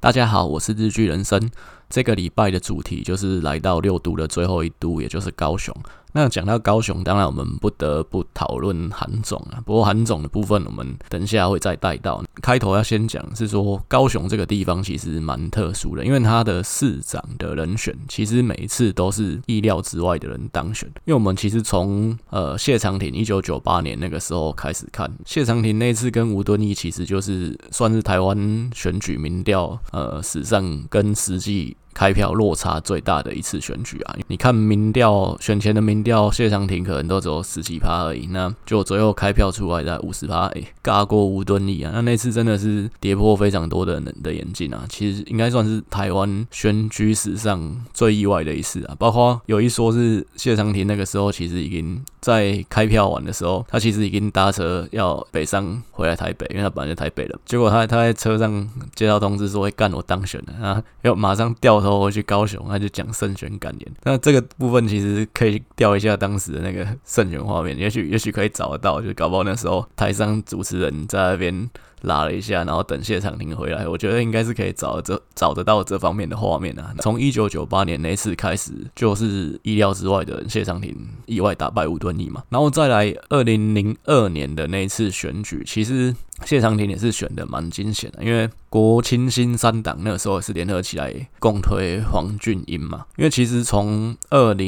大家好，我是日剧人生。这个礼拜的主题就是来到六都的最后一都，也就是高雄。那讲到高雄，当然我们不得不讨论韩总啊。不过韩总的部分，我们等一下会再带到。开头要先讲是说，高雄这个地方其实蛮特殊的，因为它的市长的人选，其实每一次都是意料之外的人当选。因为我们其实从谢长廷1998年那个时候开始看，谢长廷那次跟吴敦义，其实就是算是台湾选举民调史上跟实际开票落差最大的一次选举啊！你看民调选前的民调，谢长廷可能都只有10几%而已，那就最后开票出来在50%，尬过吴敦义啊！那次真的是跌破非常多的人的眼镜啊！其实应该算是台湾选举史上最意外的一次啊！包括有一说是谢长廷那个时候其实已经在开票完的时候，他其实已经搭车要北上回来台北，因为他本来就台北人。结果他在车上接到通知说会干我当选了，啊，要马上掉头回去高雄，他就讲胜选感言。那这个部分其实可以调一下当时的那个胜选画面，也许可以找得到，就搞不好那时候台上主持人在那边拉了一下，然后等谢长廷回来，我觉得应该是可以找得到这方面的画面啊。从1998年那次开始，就是意料之外的谢长廷意外打败吴敦义嘛，然后再来2002年的那一次选举，其实谢长廷也是选的蛮惊险的，因为国亲新三党那个时候也是联合起来共推黄俊英嘛。因为其实从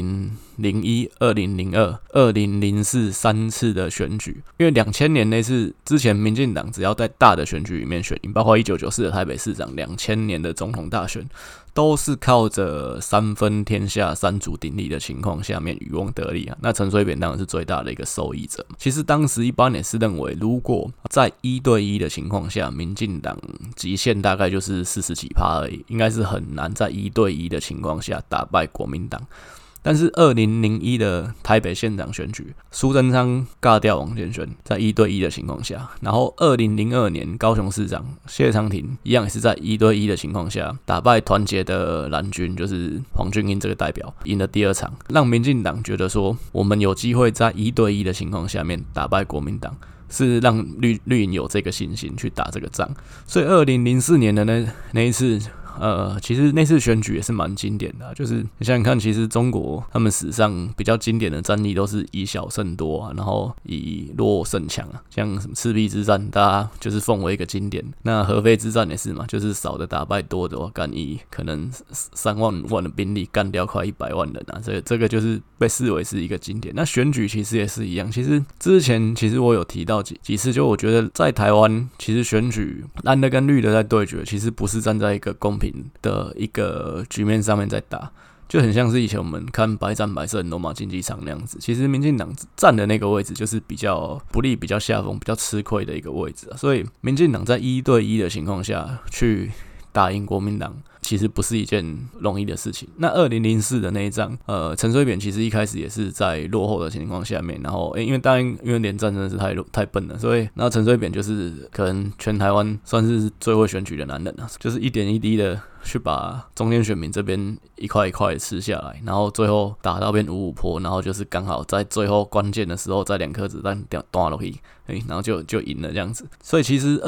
2001、2002、2004 3次的选举，因为2000年那次之前，民进党只要在大的选举里面选赢，包括1994的台北市长、2000年的总统大选，都是靠着三分天下、三足鼎立的情况下面渔翁得利啊。那陈水扁当然是最大的一个受益者。其实当时一般也是认为，如果在1对1的情况下，民进党极限大概就是40几%而已，应该是很难在1对1的情况下打败国民党。但是2001的台北县长选举，苏贞昌尬掉王建煊，在1对1的情况下，然后2002年高雄市长谢长廷一样也是在1对1的情况下打败团结的蓝军，就是黄俊英这个代表，赢了第2场，让民进党觉得说我们有机会在1对1的情况下面打败国民党，是让绿营有这个信心去打这个仗。所以2004年的那一次。其实那次选举也是蛮经典的就是你想想看，其实中国他们史上比较经典的战役都是以小胜多啊，然后以弱胜强啊，像什么赤壁之战，大家就是奉为一个经典。那合肥之战也是嘛，就是少的打败多的，干以可能3万的兵力干掉快100万人啊，这个就是被视为是一个经典。那选举其实也是一样，其实之前我有提到几次，就我觉得在台湾其实选举蓝的跟绿的在对决，其实不是站在一个公平的一个局面上面在打，就很像是以前我们看百战百胜罗马竞技场那样子。其实民进党站的那个位置就是比较不利、比较下风、比较吃亏的一个位置所以民进党在1对1的情况下去打赢国民党，其实不是一件容易的事情。那2004的那一仗，陈水扁其实一开始也是在落后的情况下面，然后因为连战真的是太笨了，所以然后陈水扁就是可能全台湾算是最会选举的男人啊，就是一点一滴的去把中间选民这边一块一块的吃下来，然后最后打到变5-5坡，然后就是刚好在最后关键的时候，在2颗子弹打落去，然后就赢了这样子。所以其实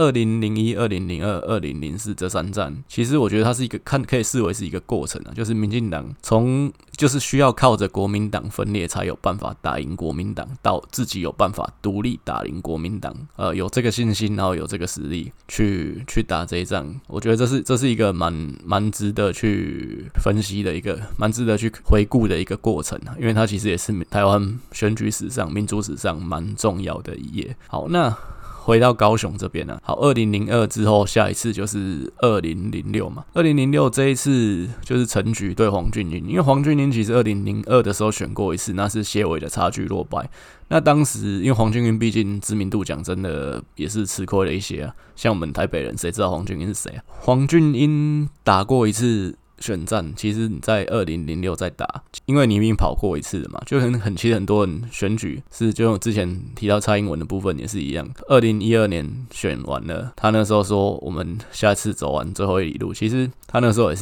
2001、2002、2004这3战，其实我觉得它是一个可以视为是一个过程啊，就是民进党从就是需要靠着国民党分裂才有办法打赢国民党，到自己有办法独立打赢国民党，有这个信心，然后有这个实力去打这一仗，我觉得这是一个蛮值得去分析的一个，蛮值得去回顾的一个过程啊，因为它其实也是台湾选举史上、民主史上蛮重要的一页。好，那回到高雄这边啊，好，2002之后，下一次就是2006嘛。2006这一次就是陈菊对黄俊英，因为黄俊英其实2002的时候选过一次，那是些微的差距落败。那当时因为黄俊英毕竟知名度讲真的也是吃亏了一些啊，像我们台北人谁知道黄俊英是谁啊？黄俊英打过一次选战，其实你在2006再打，因为你已经跑过一次了嘛，就其实很多人选举是就之前提到蔡英文的部分也是一样，2012年选完了，他那时候说我们下次走完最后一里路，其实他那时候也是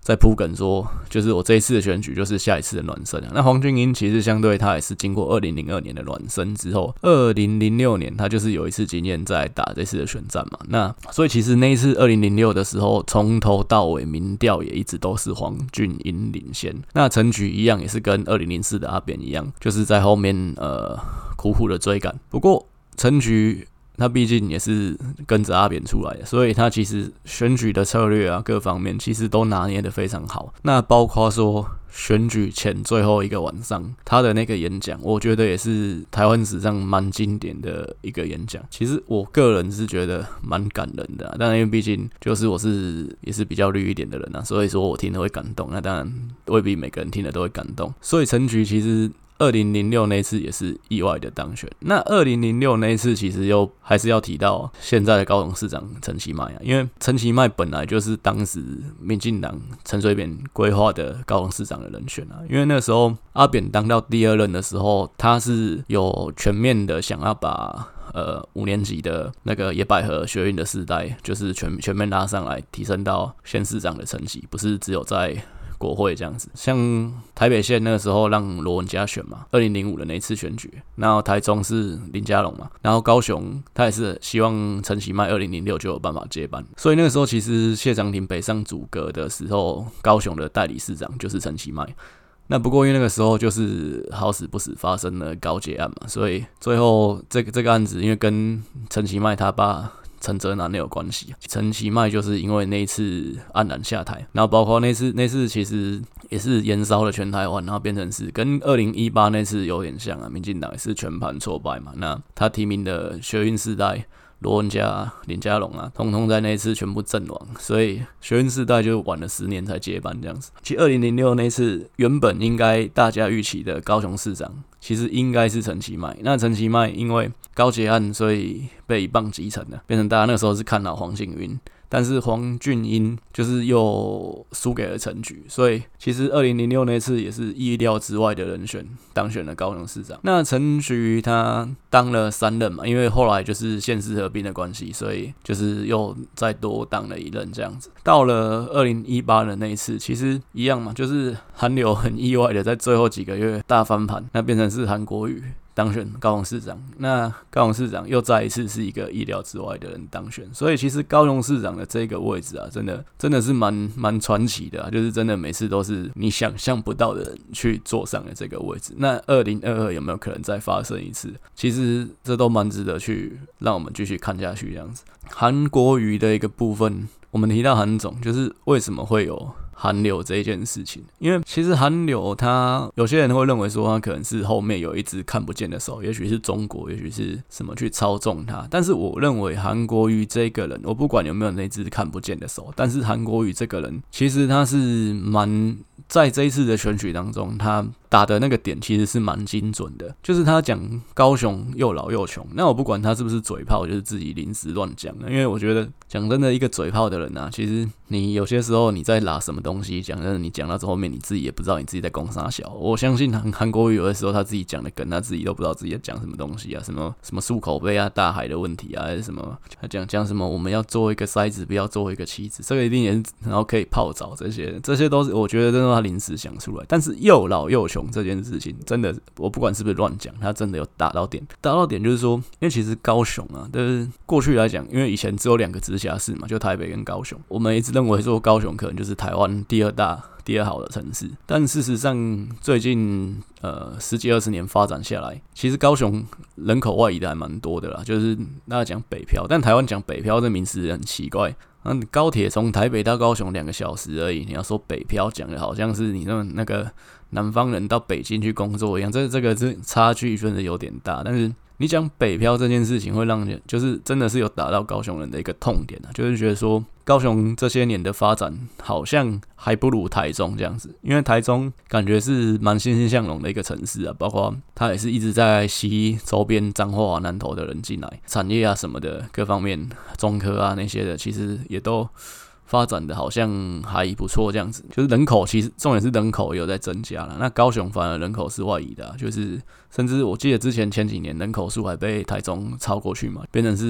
在铺梗说，就是我这一次的选举就是下一次的暖身啊。那黄俊英其实相对他也是经过2002年的暖身之后，2006年他就是有一次经验在打这次的选战嘛。那所以其实那一次2006的时候，从头到尾民调也一直都是黄俊英领先。那陈菊一样也是跟2004的阿扁一样，就是在后面苦苦的追赶。不过陈菊他毕竟也是跟着阿扁出来的，所以他其实选举的策略啊，各方面其实都拿捏得非常好。那包括说选举前最后一个晚上，他的那个演讲，我觉得也是台湾史上蛮经典的一个演讲。其实我个人是觉得蛮感人的但因为毕竟就是我也是比较绿一点的人所以说我听了会感动。那当然未必每个人听了都会感动。所以陈菊其实2006那次也是意外的当选。那2006那次其实又还是要提到现在的高雄市长陈其迈因为陈其迈本来就是当时民进党陈水扁规划的高雄市长的人选因为那时候阿扁当到第2任的时候，他是有全面的想要把5年级的那个野百合学运的世代，就是全面拉上来，提升到县市长的层级，不是只有在国会这样子。像台北县那个时候让罗文嘉选嘛，2005的那一次选举，然后台中是林佳龙嘛，然后高雄他也是希望陈其迈2006就有办法接班，所以那个时候其实谢长廷北上阻隔的时候，高雄的代理市长就是陈其迈。那不过因为那个时候就是好死不死发生了高捷案嘛，所以最后这个案子因为跟陈其迈他爸陈泽南有关系，陈其迈就是因为那一次黯然下台，然后包括那次其实也是延烧了全台湾，然后变成是跟2018那次有点像民进党也是全盘挫败嘛。那他提名的学运世代罗文嘉、林佳龙通通在那一次全部阵亡，所以学运世代就晚了10年才接班这样子。其实2006那次原本应该大家预期的高雄市长，其实应该是陈其迈。那陈其迈因为高捷案，所以被一棒击沉了，变成大家那个时候是看好黄信云。但是黄俊英就是又输给了陈菊，所以其实2006那次也是意料之外的人选当选了高雄市长。那陈菊他当了3任嘛，因为后来就是县市合并的关系，所以就是又再多当了1任这样子。到了2018的那一次，其实一样嘛，就是韩流很意外的在最后几个月大翻盘，那变成是韩国瑜当选高雄市长。那高雄市长又再一次是一个意料之外的人当选，所以其实高雄市长的这个位置真的是蛮传奇的就是真的每次都是你想象不到的人去坐上了这个位置。那2022有没有可能再发生一次？其实这都蛮值得去让我们继续看下去这样子。韩国瑜的一个部分，我们提到韩总，就是为什么会有韩流这一件事情，因为其实韩流他有些人会认为说他可能是后面有一只看不见的手，也许是中国，也许是什么去操纵他。但是我认为韩国瑜这个人，我不管有没有那只看不见的手，但是韩国瑜这个人其实他是在这一次的选举当中，他打的那个点其实是蛮精准的，就是他讲高雄又老又穷，那我不管他是不是嘴炮，就是自己临时乱讲的，因为我觉得讲真的，一个嘴炮的人其实你有些时候你在拉什么东西，讲真的，你讲到后面你自己也不知道你自己在攻啥小。我相信韩国瑜有的时候他自己讲的梗，他自己都不知道自己在讲什么东西什么漱口杯大海的问题还是什么，他讲什么我们要做一个筛子，不要做一个棋子，这个一定也是，然后可以泡澡，这些都是我觉得真的他临时想出来。但是又老又穷这件事情，真的我不管是不是乱讲，他真的有打到点就是说，因为其实高雄就是过去来讲，因为以前只有2个直辖市嘛，就台北跟高雄，我们一直认为说高雄可能就是台湾第二好的城市，但事实上最近10几20年发展下来，其实高雄人口外移的还蛮多的啦，就是大家讲北漂，但台湾讲北漂这名词很奇怪。高铁从台北到高雄2个小时而已，你要说北漂，讲的好像是你那个南方人到北京去工作一样，这个差距真的有点大。但是你讲北漂这件事情，会让人就是真的是有打到高雄人的一个痛点就是觉得说高雄这些年的发展好像还不如台中这样子，因为台中感觉是蛮欣欣向荣的一个城市包括它也是一直在吸周边彰化南投的人进来，产业什么的各方面，中科那些的，其实也都发展的好像还不错这样子，就是人口其实重点是人口有在增加了，那高雄反而人口是外移的就是甚至我记得前几年人口数还被台中超过去嘛，变成是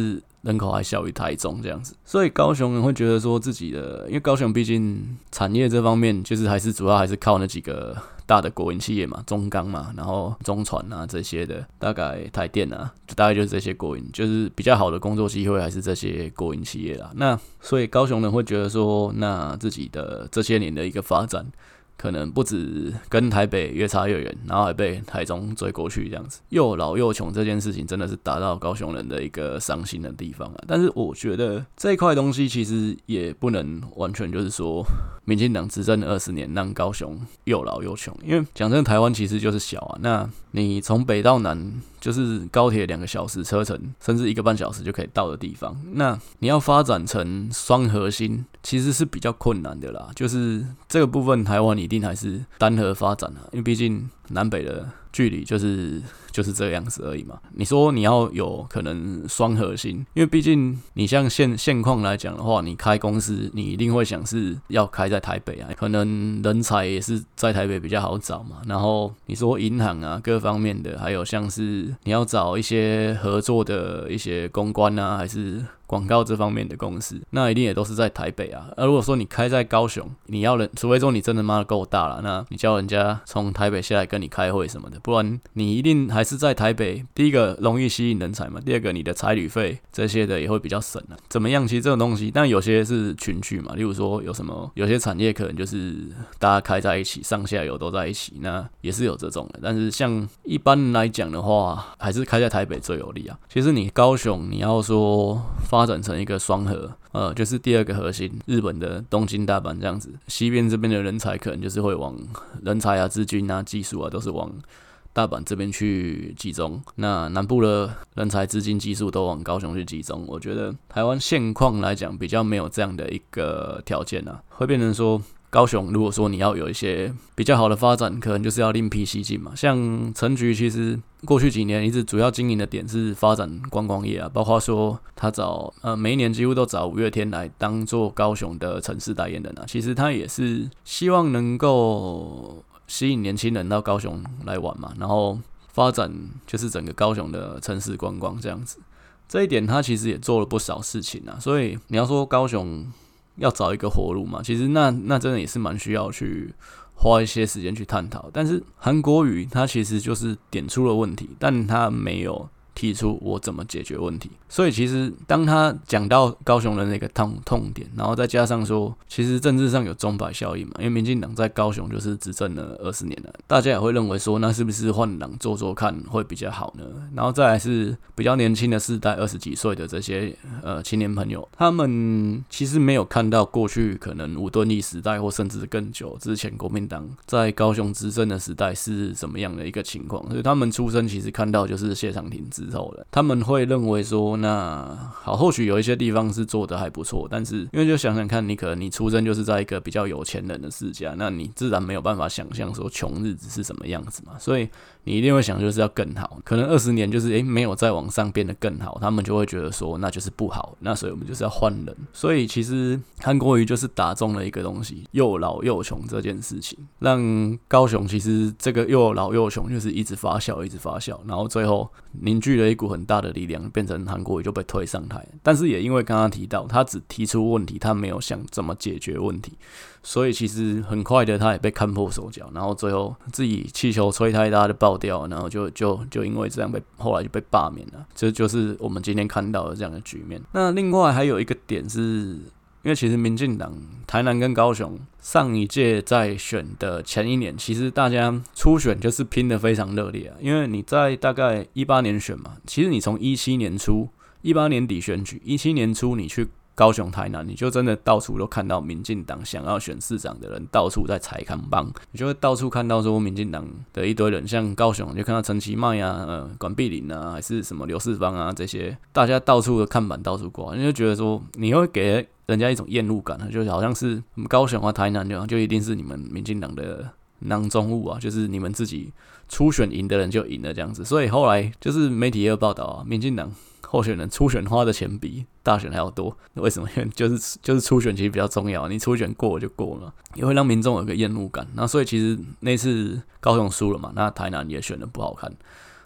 人口还小于台中这样子，所以高雄人会觉得说自己的，因为高雄毕竟产业这方面就是主要还是靠那几个大的国营企业嘛，中钢嘛，然后中船啊这些的，大概台电啊，大概就是这些国营，就是比较好的工作机会还是这些国营企业啦。那所以高雄人会觉得说，那自己的这些年的一个发展，可能不止跟台北越差越远，然后还被台中追过去这样子，又老又穷这件事情真的是达到高雄人的一个伤心的地方啊。但是我觉得这一块东西其实也不能完全就是说民进党执政20年让高雄又老又穷，因为讲真的台湾其实就是小啊，那你从北到南就是高铁2个小时车程，甚至1个半小时就可以到的地方，那你要发展成双核心其实是比较困难的啦，就是这个部分台湾一定还是单核发展啊，因为毕竟南北的距离就是这个样子而已嘛。你说你要有可能双核心，因为毕竟你像现况来讲的话，你开公司你一定会想是要开在台北啊，可能人才也是在台北比较好找嘛。然后你说银行啊各方面的，还有像是你要找一些合作的一些公关啊，还是广告这方面的公司，那一定也都是在台北啊。如果说你开在高雄，你要除非说你真的妈的够大了，那你叫人家从台北下来跟你开会什么的，不然你一定还是在台北。第一个容易吸引人才嘛，第二个你的差旅费这些的也会比较省啊。怎么样？其实这种东西，但有些是群聚嘛，例如说有些产业可能就是大家开在一起，上下游都在一起，那也是有这种的。但是像一般来讲的话，还是开在台北最有利啊。其实你高雄你要说发展成一个双核，就是第2个核心，日本的东京、大阪这样子，西边这边的人才可能就是会往人才啊、资金啊、技术啊，都是往大阪这边去集中。那南部的人才、资金、技术都往高雄去集中。我觉得台湾现况来讲，比较没有这样的一个条件啊，会变成说，高雄如果说你要有一些比较好的发展，可能就是要另辟蹊径嘛。像陈菊其实过去几年一直主要经营的点是发展观光业啊，包括说他每一年几乎都找五月天来当做高雄的城市代言人啊。其实他也是希望能够吸引年轻人到高雄来玩嘛，然后发展就是整个高雄的城市观光这样子。这一点他其实也做了不少事情啊，所以你要说高雄要找一个活路嘛，其实那真的也是蛮需要去花一些时间去探讨。但是韩国瑜他其实就是点出了问题，但他没有提出我怎么解决问题。所以其实当他讲到高雄的那个痛点，然后再加上说其实政治上有钟摆效应嘛，因为民进党在高雄就是执政了20年了，大家也会认为说那是不是换党做做看会比较好呢？然后再来是比较年轻的世代20几岁的这些青年朋友，他们其实没有看到过去可能吴敦义时代或甚至更久之前国民党在高雄执政的时代是怎么样的一个情况，所以他们出生其实看到就是谢长廷之后了，他们会认为说那好，或许有一些地方是做得还不错，但是因为就想想看，你出生就是在一个比较有钱人的世家，那你自然没有办法想象说穷日子是什么样子嘛，所以你一定会想就是要更好，可能20年就是没有再往上变得更好，他们就会觉得说那就是不好，那所以我们就是要换人。所以其实韩国瑜就是打中了一个东西，又老又穷这件事情，让高雄其实这个又老又穷就是一直发酵，然后最后凝聚了一股很大的力量，变成韩国瑜就被推上台。但是也因为刚刚提到他只提出问题，他没有想怎么解决问题，所以其实很快的他也被看破手脚，然后最后自己气球吹太大就爆掉，然后就因为这样后来就被罢免了，这就是我们今天看到的这样的局面。那另外还有一个点是，因为其实民进党台南跟高雄上一届在选的前一年，其实大家初选就是拼得非常热烈啊，因为你在大概18年选嘛，其实你从17年初18年底选举，17年初你去高雄、台南，你就真的到处都看到民进党想要选市长的人到处在踩扛棒，你就会到处看到说民进党的一堆人，像高雄就看到陈其迈啊、管碧玲啊，还是什么刘世芳啊这些，大家到处的看板到处挂，你就觉得说你会给人家一种厌恶感，就好像是高雄啊、台南就一定是你们民进党的囊中物啊，就是你们自己初选赢的人就赢了这样子。所以后来就是媒体也有报道啊，民进党候选人初选花的钱比大选还要多，为什么？因为就是初选其实比较重要，你初选过就过了，也会让民众有个厌恶感。那所以其实那次高雄输了嘛，那台南也选得不好看，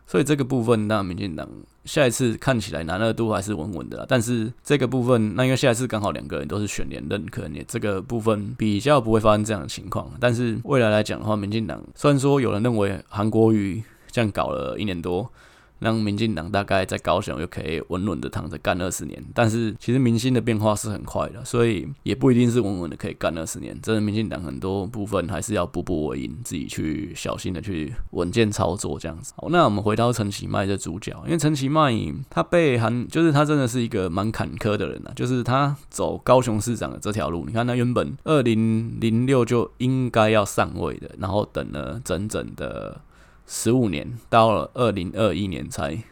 所以这个部分，那民进党下一次看起来难二度还是稳稳的啦。但是这个部分，那因为下一次刚好2个人都是选连任，可能也这个部分比较不会发生这样的情况。但是未来来讲的话，民进党虽然说有人认为韩国瑜这样搞了1年多，让民进党大概在高雄又可以稳稳的躺着干20年，但是其实民心的变化是很快的，所以也不一定是稳稳的可以干20年。真的，民进党很多部分还是要步步为营，自己去小心的去稳健操作这样子。好，那我们回到陈其迈这主角，因为陈其迈他就是他真的是一个蛮坎坷的人啊，就是他走高雄市长的这条路，你看他原本2006就应该要上位的，然后等了整整的15年，到了2020年才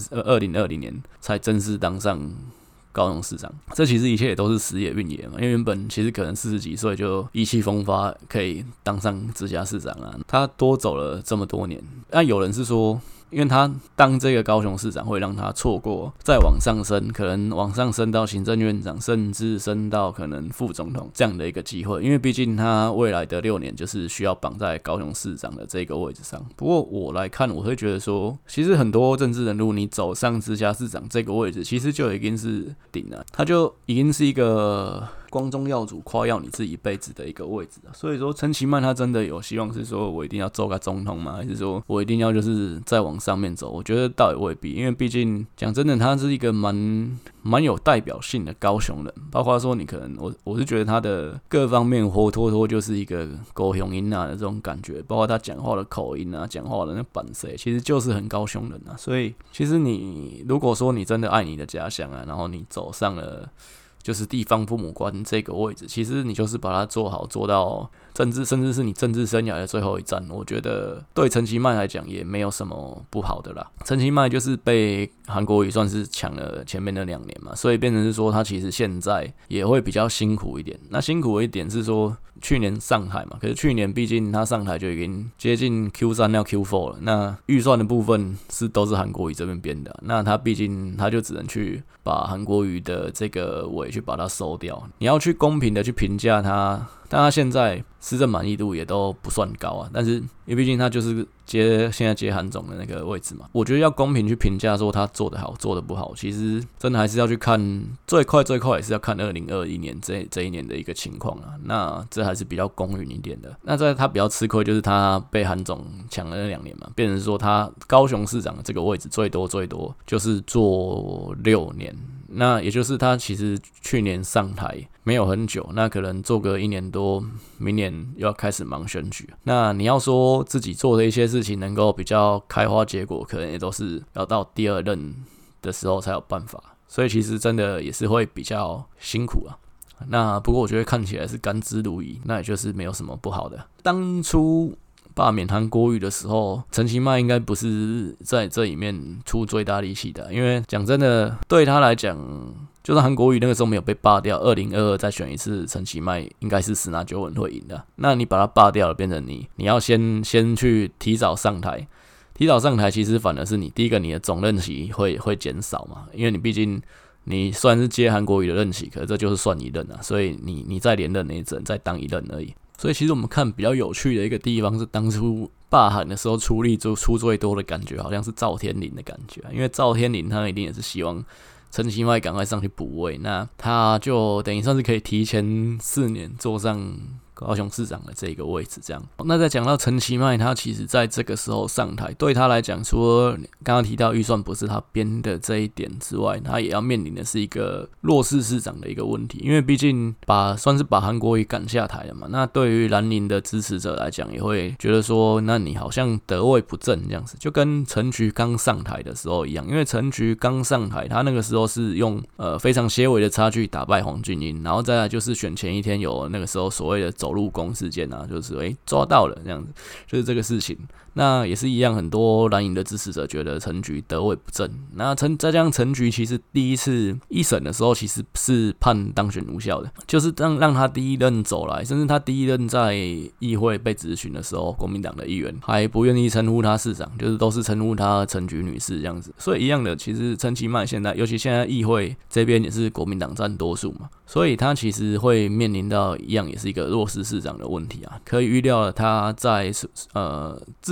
2020年才正式当上高雄市长。这其实一切也都是时也运也嘛，因为原本其实可能40几岁就意气风发，可以当上直辖市长啊，他多走了这么多年。那有人是说，因为他当这个高雄市长会让他错过再往上升，可能往上升到行政院长，甚至升到可能副总统这样的一个机会，因为毕竟他未来的6年就是需要绑在高雄市长的这个位置上。不过我来看，我会觉得说，其实很多政治人物你走上直辖市长这个位置，其实就已经是顶了，他就已经是一个光宗耀祖夸耀你自己一辈子的一个位置啊。所以说陈其迈他真的有希望是说我一定要做个总统吗？还是说我一定要就是再往上面走？我觉得倒也未必，因为毕竟讲真的，他是一个蛮有代表性的高雄人，包括说你可能我是觉得他的各方面活脱脱就是一个高雄音啊的这种感觉，包括他讲话的口音啊，讲话的那版色，其实就是很高雄人啊。所以其实你如果说你真的爱你的家乡啊，然后你走上了就是地方父母官这个位置，其实你就是把它做好，做到政治，甚至是你政治生涯的最后一站。我觉得对陈其迈来讲也没有什么不好的啦。陈其迈就是被韩国瑜算是抢了前面的2年嘛，所以变成是说他其实现在也会比较辛苦一点。那辛苦的一点是说去年上台嘛，可是去年毕竟他上台就已经接近 Q3 要 Q4 了，那预算的部分都是韩国瑜这边编的，那他毕竟他就只能去把韩国瑜的这个尾去把它收掉。你要去公平的去评价他，但他现在施政满意度也都不算高啊，但是因为毕竟他就是现在接韩总的那个位置嘛，我觉得要公平去评价说他做得好做得不好，其实真的还是要去看最快也是要看2021年这一年的一个情况啊，那这还是比较公允一点的。那在他比较吃亏就是他被韩总抢了那2年嘛，变成说他高雄市长的这个位置最多就是做6年。那也就是他其实去年上台没有很久，那可能做个1年多，明年又要开始忙选举。那你要说自己做的一些事情能够比较开花结果，可能也都是要到第2任的时候才有办法。所以其实真的也是会比较辛苦啊。那不过我觉得看起来是甘之如饴，那也就是没有什么不好的。当初罢免韩国瑜的时候，陈其迈应该不是在这里面出最大力气的，因为讲真的，对他来讲，就算韩国瑜那个时候没有被罢掉，2022再选一次，陈其迈应该是10拿9稳会赢的。那你把他罢掉了，变成你要先去提早上台，其实反而是第一个你的总任期会减少嘛，因为你毕竟你虽然是接韩国瑜的任期，可是这就是算1任啊，所以你再连任，你只能再当1任而已。所以其实我们看比较有趣的一个地方是，当初罢韩的时候出力出最多的感觉，好像是赵天麟的感觉，因为赵天麟他一定也是希望陈其迈赶快上去补位，那他就等于算是可以提前4年坐上高雄市长的这个位置，这样。那再讲到陈其迈，他其实在这个时候上台，对他来讲，除了刚刚提到预算不是他编的这一点之外，他也要面临的是一个弱势市长的一个问题，因为毕竟算是把韩国瑜赶下台了嘛。那对于蓝营的支持者来讲，也会觉得说，那你好像得位不正这样子，就跟陈菊刚上台的时候一样，因为陈菊刚上台，他那个时候是用非常些微的差距打败黄俊英，然后再来就是选前一天有那个时候所谓的走路工事件啊，就是抓到了这样子，就是这个事情。那也是一样，很多蓝营的支持者觉得陈菊得位不正。那再加上陈菊其实第一次一审的时候，其实是判当选无效的，就是让他第1任走来，甚至他第1任在议会被质询的时候，国民党的议员还不愿意称呼他市长，就是都是称呼他陈菊女士这样子。所以一样的，其实陈其迈现在，尤其现在议会这边也是国民党占多数嘛，所以他其实会面临到一样也是一个弱势市长的问题啊。可以预料他在至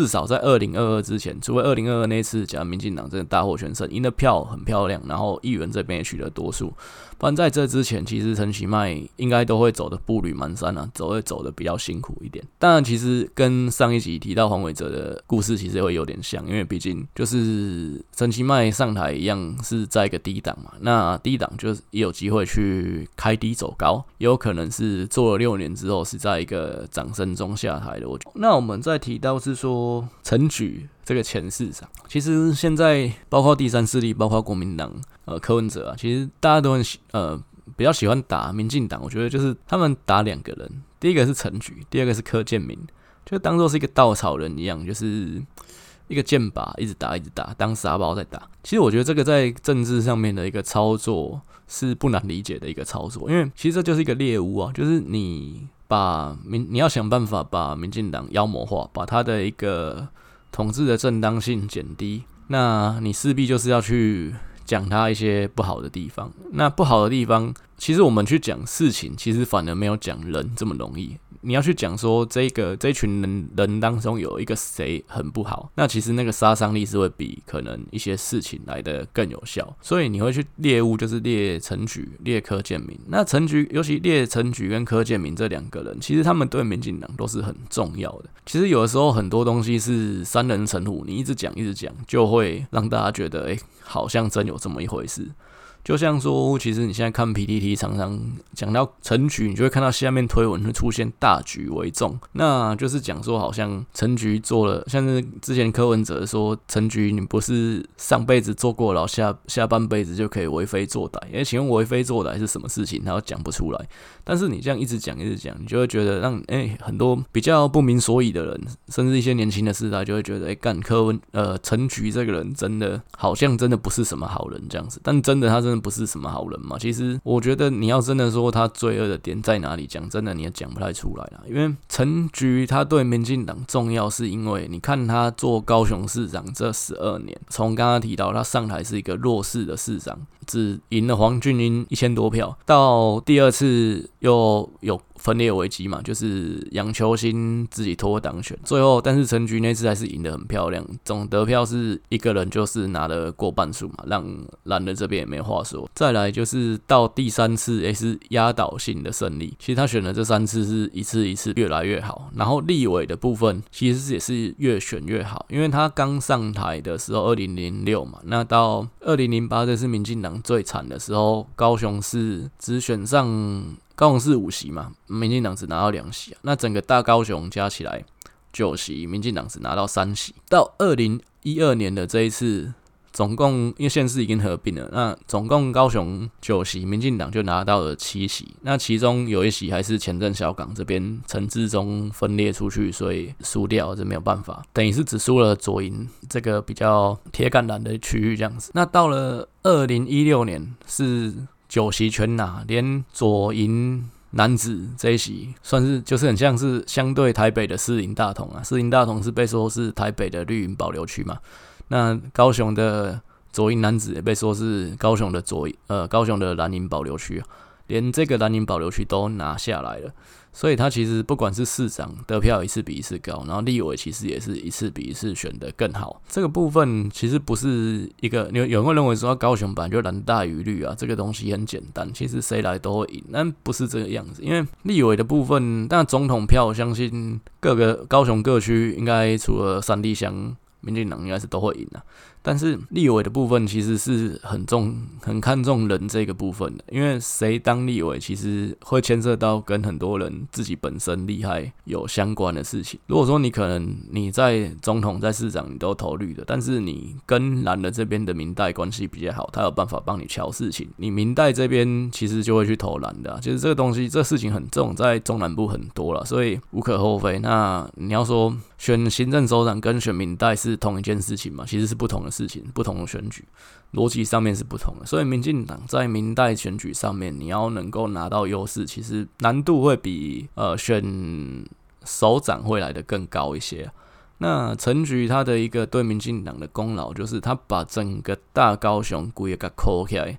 少在2022之前，除了2022那次假如民进党真的大获全胜，赢的票很漂亮，然后议员这边也取得多数，不然在这之前，其实陈其迈应该都会走的步履蹒跚啊，会走的比较辛苦一点。当然，其实跟上一集提到黄伟哲的故事其实会有点像，因为毕竟就是陈其迈上台一样是在一个低档嘛，那低档就是也有机会去开低走高，也有可能是做了6年之后是在一个掌声中下台的。那我们再提到是说陈菊这个前市长，其实现在包括第三势力，包括国民党柯文哲啊，其实大家都很比较喜欢打民进党。我觉得就是他们打2个人，第一个是陈菊，第二个是柯建铭，就当作是一个稻草人一样，就是一个箭靶一直打一直打，当沙包在打。其实我觉得这个在政治上面的一个操作是不难理解的一个操作，因为其实这就是一个猎物啊，就是你要想办法把民进党妖魔化，把他的一个统治的正当性减低，那你势必就是要去讲他一些不好的地方。那不好的地方，其实我们去讲事情，其实反而没有讲人这么容易。你要去讲说这群人当中有一个谁很不好，那其实那个杀伤力是会比可能一些事情来的更有效。所以你会去猎物，就是猎陈菊、猎柯建铭。那陈菊，尤其猎陈菊跟柯建铭这2个人，其实他们对民进党都是很重要的。其实有的时候很多东西是3人成虎，你一直讲，就会让大家觉得，好像真有这么一回事。就像说，其实你现在看 PTT 常常讲到陈菊，你就会看到下面推文会出现大局为重，那就是讲说好像陈菊做了，像是之前柯文哲说陈菊你不是上辈子坐过牢，下半辈子就可以为非作歹。请问为非作歹是什么事情？他又讲不出来。但是你这样一直讲，你就会觉得让很多比较不明所以的人，甚至一些年轻的世代就会觉得，陈菊这个人真的好像真的不是什么好人这样子。但真的他真的不是什么好人嘛？其实我觉得你要真的说他罪恶的点在哪里，讲真的你也讲不太出来啦。因为陈菊他对民进党重要，是因为你看他做高雄市长这12年，从刚刚提到他上台是一个弱势的市长，只赢了黄俊英1000多票，到第2次又有分裂危机嘛，就是杨秋兴自己脱党选，最后但是陈菊那次还是赢得很漂亮，总得票是一个人就是拿了过半数嘛，让蓝的这边也没话说。再来就是到第3次也是压倒性的胜利，其实他选的这3次是一次一次越来越好，然后立委的部分其实也是越选越好，因为他刚上台的时候2006嘛，那到2008这是民进党最惨的时候，高雄市只选上高雄市5席嘛，民进党只拿到2席那整个大高雄加起来9席，民进党只拿到3席。到2012年的这一次，总共因为县市已经合并了，那总共高雄9席，民进党就拿到了7席。那其中有1席还是前镇小港这边陈致中分裂出去，所以输掉，这没有办法，等于是只输了左营这个比较铁杆蓝的区域这样子。那到了2016年是9席全拿，连左营男子这一席算是就是很像是相对台北的士林大同啊，士林大同是被说是台北的绿营保留区嘛，那高雄的左营男子也被说是高雄的蓝营保留区连这个蓝营保留区都拿下来了。所以他其实不管是市长得票一次比一次高，然后立委其实也是一次比一次选得更好。这个部分其实不是一个有人会认为说高雄本来就蓝大于绿啊，这个东西很简单，其实谁来都会赢，但不是这个样子。因为立委的部分，但总统票我相信各个高雄各区应该除了3地乡民进党应该是都会赢啊，但是立委的部分其实是很看重人这个部分的，因为谁当立委其实会牵涉到跟很多人自己本身厉害有相关的事情。如果说你可能你在总统在市长你都投绿的，但是你跟蓝的这边的民代关系比较好，他有办法帮你瞧事情，你民代这边其实就会去投蓝的其实这个东西这事情很重，在中南部很多啦，所以无可厚非。那你要说选行政首长跟选民代是同一件事情嘛？其实是不同的事情，不同的选举，逻辑上面是不同的。所以民进党在民代选举上面，你要能够拿到优势，其实难度会比选首长会来得更高一些。那陈菊他的一个对民进党的功劳，就是他把整个大高雄规个给扣起来。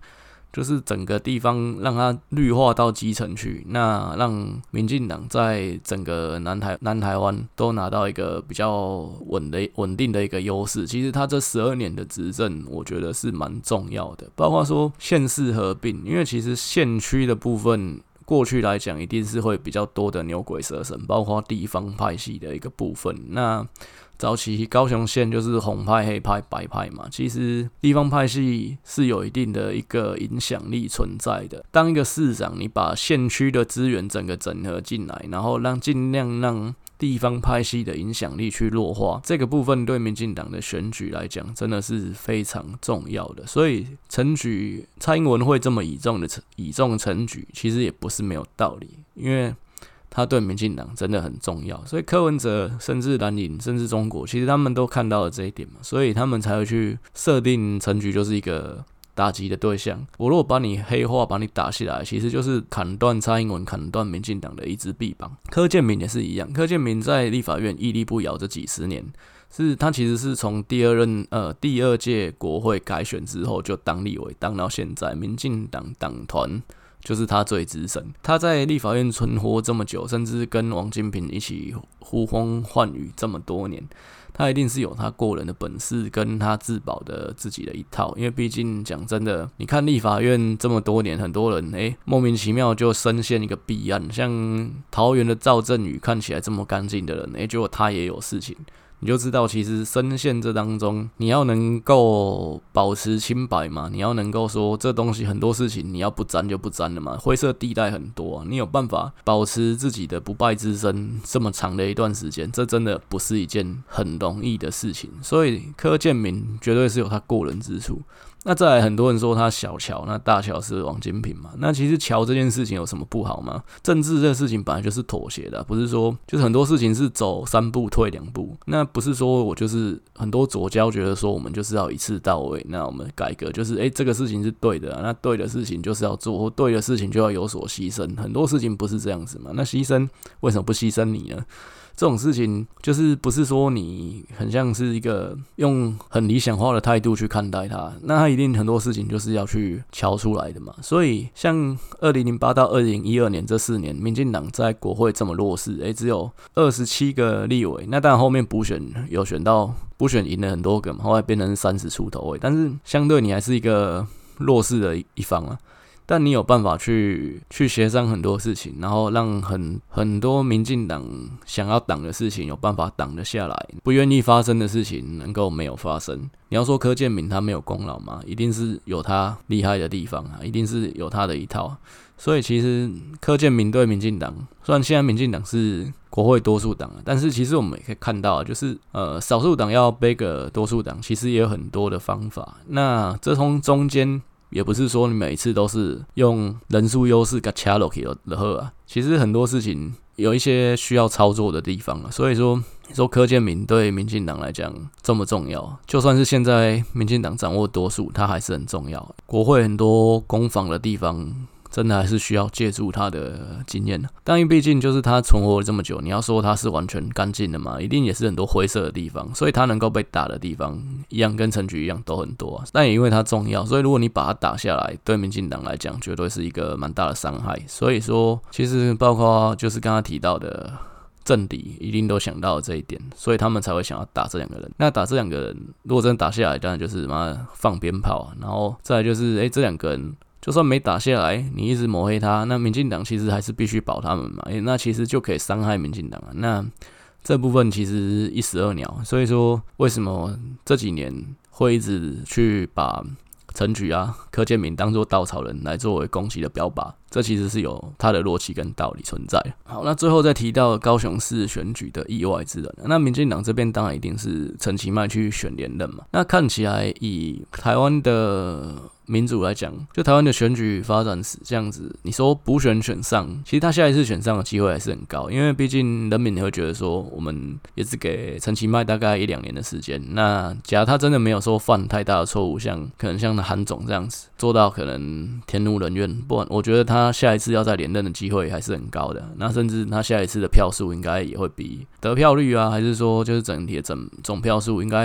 就是整个地方让它绿化到基层去，那让民进党在整个南台湾都拿到一个比较稳定的一个优势。其实他这12年的执政，我觉得是蛮重要的，包括说县市合并，因为其实县区的部分过去来讲一定是会比较多的牛鬼蛇神，包括地方派系的一个部分。那早期高雄县就是红派、黑派、白派嘛，其实地方派系是有一定的一个影响力存在的。当一个市长，你把县区的资源整个整合进来，然后尽量让地方派系的影响力去弱化，这个部分对民进党的选举来讲真的是非常重要的。所以陈菊蔡英文会这么倚重陈菊，其实也不是没有道理，因为他对民进党真的很重要，所以柯文哲甚至蓝营甚至中国，其实他们都看到了这一点嘛，所以他们才会去设定陈菊就是一个打击的对象。我如果把你黑化，把你打下来，其实就是砍断蔡英文、砍断民进党的一支臂膀。柯建铭也是一样，柯建铭在立法院屹立不摇这几十年，他其实是从第二届国会改选之后就当立委，当到现在，民进党党团就是他最资深，他在立法院存活这么久，甚至跟王金平一起呼风唤雨这么多年，他一定是有他过人的本事跟他自保的自己的一套。因为毕竟讲真的，你看立法院这么多年，很多人莫名其妙就深陷一个弊案，像桃园的赵振宇看起来这么干净的人，结果他也有事情。你就知道，其实深陷这当中，你要能够保持清白嘛，你要能够说这东西很多事情你要不沾就不沾了嘛，灰色地带很多啊，你有办法保持自己的不败之身这么长的一段时间，这真的不是一件很容易的事情。所以柯建铭绝对是有他过人之处。那再来，很多人说他小乔，那大乔是王金平嘛？那其实乔这件事情有什么不好吗？政治这个事情本来就是妥协的，不是说就是很多事情是走3步退2步。那不是说我就是很多左膠觉得说我们就是要一次到位，那我们改革就是这个事情是对的那对的事情就是要做，或对的事情就要有所牺牲。很多事情不是这样子嘛？那牺牲为什么不牺牲你呢？这种事情就是不是说你很像是一个用很理想化的态度去看待它，那它一定很多事情就是要去敲出来的嘛。所以像2008到2012年这4年，民进党在国会这么弱势，只有27个立委，那当然后面补选有选到补选赢了很多个嘛，后来变成30出头位，但是相对你还是一个弱势的一方啊。但你有办法去协商很多事情，然后让很多民进党想要挡的事情有办法挡得下来，不愿意发生的事情能够没有发生。你要说柯建铭他没有功劳吗？一定是有他厉害的地方啊，一定是有他的一套。所以其实柯建铭对民进党，虽然现在民进党是国会多数党，但是其实我们也可以看到，就是少数党要背个多数党，其实也有很多的方法。那这从中间也不是说你每次都是用人数优势给掐落去就好啊，其实很多事情有一些需要操作的地方啊。所以说，你说柯建铭对民进党来讲这么重要，就算是现在民进党掌握多数，它还是很重要。国会很多攻防的地方，真的还是需要借助他的经验。但因为毕竟就是他存活了这么久，你要说他是完全干净的嘛，一定也是很多灰色的地方，所以他能够被打的地方一样跟陈菊一样都很多啊。但也因为他重要，所以如果你把他打下来，对民进党来讲绝对是一个蛮大的伤害。所以说其实包括就是刚刚提到的政敌一定都想到了这一点，所以他们才会想要打这2个人。那打这2个人如果真的打下来，当然就是放鞭炮啊，然后再来就是这2个人就算没打下来，你一直抹黑他，那民进党其实还是必须保他们嘛，那其实就可以伤害民进党啊。那这部分其实一石二鸟，所以说为什么这几年会一直去把陈菊啊、柯建铭当作稻草人来作为攻击的标靶，这其实是有它的逻辑跟道理存在。好，那最后再提到高雄市选举的意外之人，那民进党这边当然一定是陈其迈去选连任嘛。那看起来以台湾的民主来讲，就台湾的选举发展史这样子，你说补选选上，其实他下一次选上的机会还是很高，因为毕竟人民也会觉得说，我们也只给陈其迈大概1-2年的时间。那假如他真的没有说犯太大的错误，可能像韩总这样子做到可能天怒人怨，不然我觉得他下一次要再连任的机会还是很高的。那甚至他下一次的票数应该也会比得票率啊，还是说就是整体的总票数应该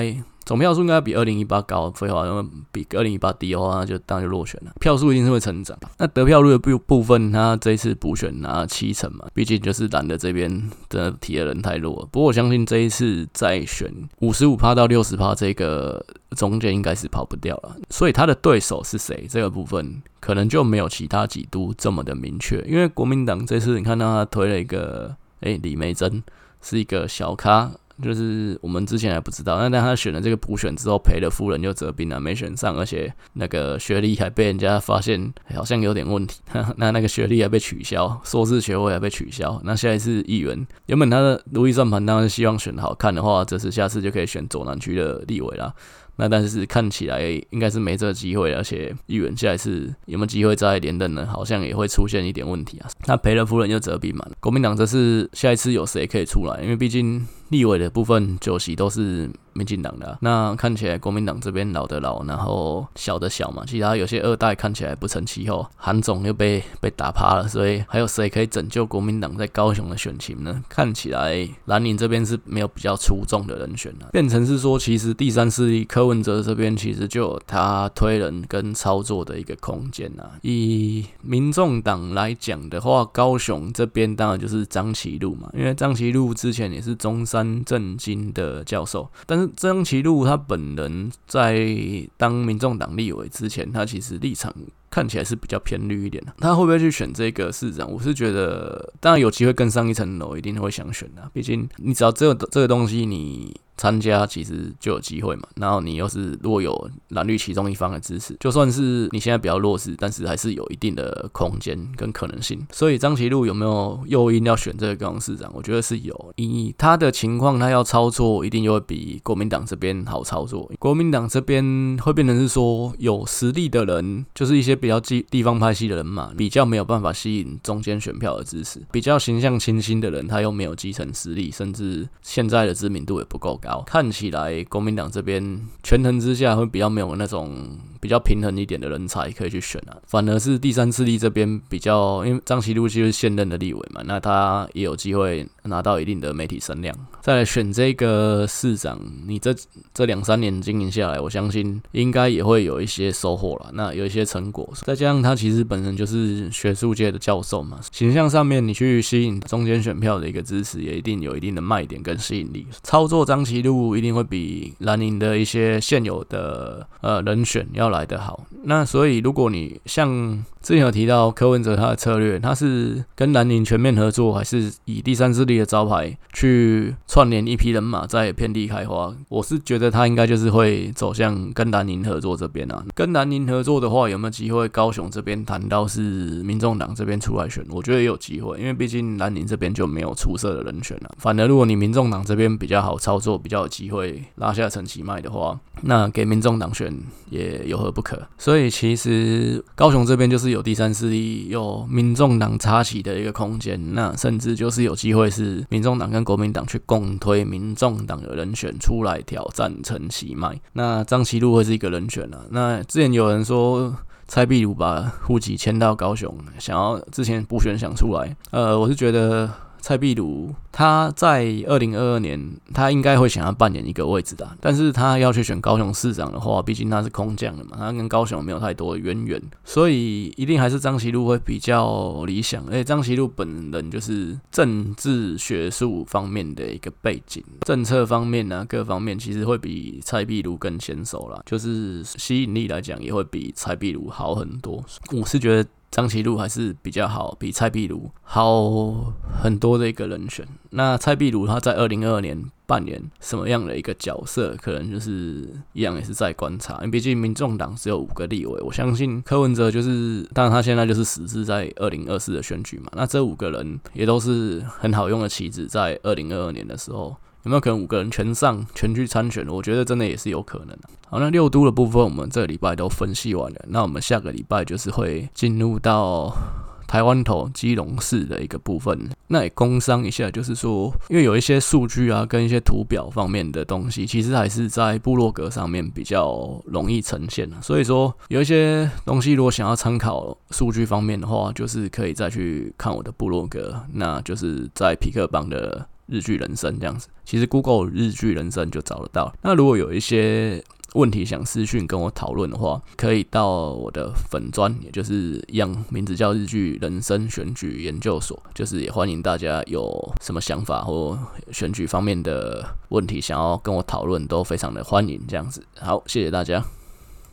总票数应该比2018高，废话，比2018低的话，那就当然就落选了。票数一定是会成长。那得票率的部分，他这一次补选拿70%嘛，毕竟就是蓝的这边真的提的人太弱了。不过我相信这一次再选55%到60%这个中间应该是跑不掉了。所以他的对手是谁？这个部分可能就没有其他几都这么的明确。因为国民党这次你看到他推了一个，李眉蓁是一个小咖。就是我们之前还不知道，但他选了这个补选之后，赔了夫人又折兵了，没选上，而且那个学历还被人家发现好像有点问题，那个学历还被取消，硕士学位还被取消。那现在是议员，原本他的如意算盘当然希望选好看的话，这次下次就可以选左南区的立委啦。那但是看起来应该是没这个机会，而且议员下一次有没有机会再连任呢？好像也会出现一点问题啊。那赔了夫人又折兵嘛，国民党这次下一次有谁可以出来？因为毕竟立委的部分9席都是民进党的啊，那看起来国民党这边老的老，然后小的小嘛，其他有些二代看起来不成气候，韩总又被打趴了，所以还有谁可以拯救国民党在高雄的选情呢？看起来蓝营这边是没有比较出众的人选了，变成是说其实第三势力柯文哲这边其实就有他推人跟操作的一个空间啊。以民众党来讲的话，高雄这边当然就是张其禄嘛，因为张其禄之前也是中山政经的教授，但是张其禄他本人在当民众党立委之前，他其实立场看起来是比较偏绿一点的。他会不会去选这个市长？我是觉得，当然有机会更上一层楼，一定会想选的。毕竟你只要这个东西你参加，其实就有机会嘛。然后你又是如果有蓝绿其中一方的支持，就算是你现在比较弱势，但是还是有一定的空间跟可能性。所以张其禄有没有诱因要选这个高雄市长？我觉得是有。以他的情况，他要操作一定就会比国民党这边好操作。国民党这边会变成是说有实力的人，就是一些比较地方派系的人嘛，比较没有办法吸引中间选票的支持。比较形象清新的人，他又没有基层实力，甚至现在的知名度也不够高。看起来国民党这边权衡之下，会比较没有那种比较平衡一点的人才可以去选啊。反而是第三势力这边比较，因为张其禄就是现任的立委嘛，那他也有机会拿到一定的媒体声量。再来选这个市长，你这2-3年经营下来，我相信应该也会有一些收获啦，那有一些成果。再加上他其实本身就是学术界的教授嘛，形象上面你去吸引中间选票的一个支持，也一定有一定的卖点跟吸引力。操作张其禄一定会比蓝营的一些现有的人选要来得好。那所以如果你像之前有提到柯文哲他的策略，他是跟蓝营全面合作，还是以第三势力的招牌去串联一批人马在遍地开花？我是觉得他应该就是会走向跟蓝营合作这边啊。跟蓝营合作的话，有没有机会高雄这边谈到是民众党这边出来选？我觉得也有机会，因为毕竟蓝营这边就没有出色的人选了。反而如果你民众党这边比较好操作，比较有机会拉下陈其迈的话，那给民众党选也有何不可？所以其实高雄这边就是有第三势力，有民众党插旗的一个空间，那甚至就是有机会是民众党跟国民党去共推民众党的人选出来挑战陈其迈。那张其禄会是一个人选啊。那之前有人说蔡壁如把户籍迁到高雄，想要之前补选想出来，我是觉得蔡壁如他在2022年，他应该会想要扮演一个位置的，但是他要去选高雄市长的话，毕竟他是空降的嘛，他跟高雄没有太多的渊源，所以一定还是张其禄会比较理想。而且张其禄本人就是政治学术方面的一个背景，政策方面啊各方面其实会比蔡壁如更娴熟啦，就是吸引力来讲也会比蔡壁如好很多。我是觉得张其禄还是比较好，比蔡壁如好很多的一个人选。那蔡壁如他在2022年扮演什么样的一个角色，可能就是一样也是在观察，因为毕竟民众党只有5个立委，我相信柯文哲就是当然他现在就是死志在2024的选举嘛，那这5个人也都是很好用的棋子，在2022年的时候有没有可能5个人全去参选？我觉得真的也是有可能的。好，那6都的部分我们这个礼拜都分析完了，那我们下个礼拜就是会进入到台湾头基隆市的一个部分。那也工商一下，就是说因为有一些数据啊跟一些图表方面的东西，其实还是在部落格上面比较容易呈现，所以说有一些东西如果想要参考数据方面的话，就是可以再去看我的部落格，那就是在匹克邦的日剧人生这样子，其实 Google 日剧人生就找得到。那如果有一些问题想私讯跟我讨论的话，可以到我的粉专，也就是一样名字叫日剧人生选举研究所，就是也欢迎大家有什么想法或选举方面的问题想要跟我讨论，都非常的欢迎这样子。好，谢谢大家。